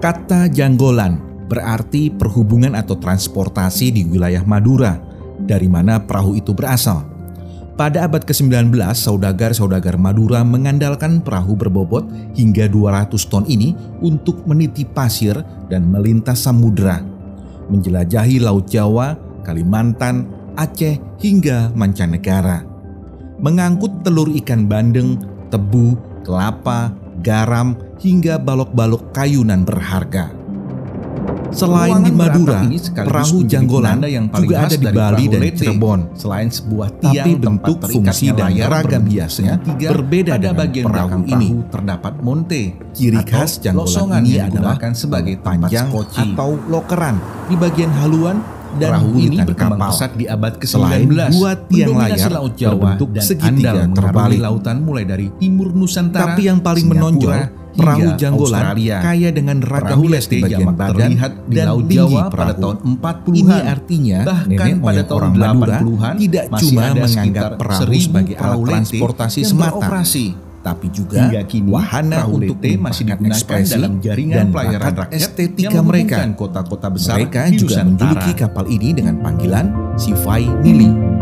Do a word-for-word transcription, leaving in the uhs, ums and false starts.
Kata Janggolan berarti perhubungan atau transportasi di wilayah Madura, dari mana perahu itu berasal. Pada abad kesembilan belas, saudagar-saudagar Madura mengandalkan perahu berbobot hingga dua ratus ton ini untuk meniti pasir dan melintas samudera, menjelajahi Laut Jawa, Kalimantan, Aceh, hingga mancanegara. Mengangkut telur ikan bandeng, tebu, kelapa, garam, hingga balok-balok kayunan berharga. Selain di Madura, perahu Janggolan juga ada di Bali dan Cirebon. Selain sebuah tiang, tapi bentuk, fungsi, dan ragam hiasnya berbeda dengan perahu ini. Terdapat monte. Ciri khas Janggolan ini adalah sebagai panjang atau lokeran di bagian haluan, dan perahu ini berkembang pesat di abad kesembilan belas. Selain dua tiang layar Laut Jawa berbentuk segitiga terbalik lautan mulai dari timur Nusantara, tapi yang paling menonjol perahu Janggolan kaya dengan ragam hias di bagian badan dan Laut Jawa pada tahun empat puluhan. Ini artinya bahkan pada tahun delapan puluhan tidak cuma menganggap perahu sebagai alat transportasi semata, tapi juga wahana untuk masih digunakan dalam jaringan pelayaran rakyat estetika mereka. Kota-kota besar mereka juga menjuluki kapal ini dengan panggilan Sifai Nili.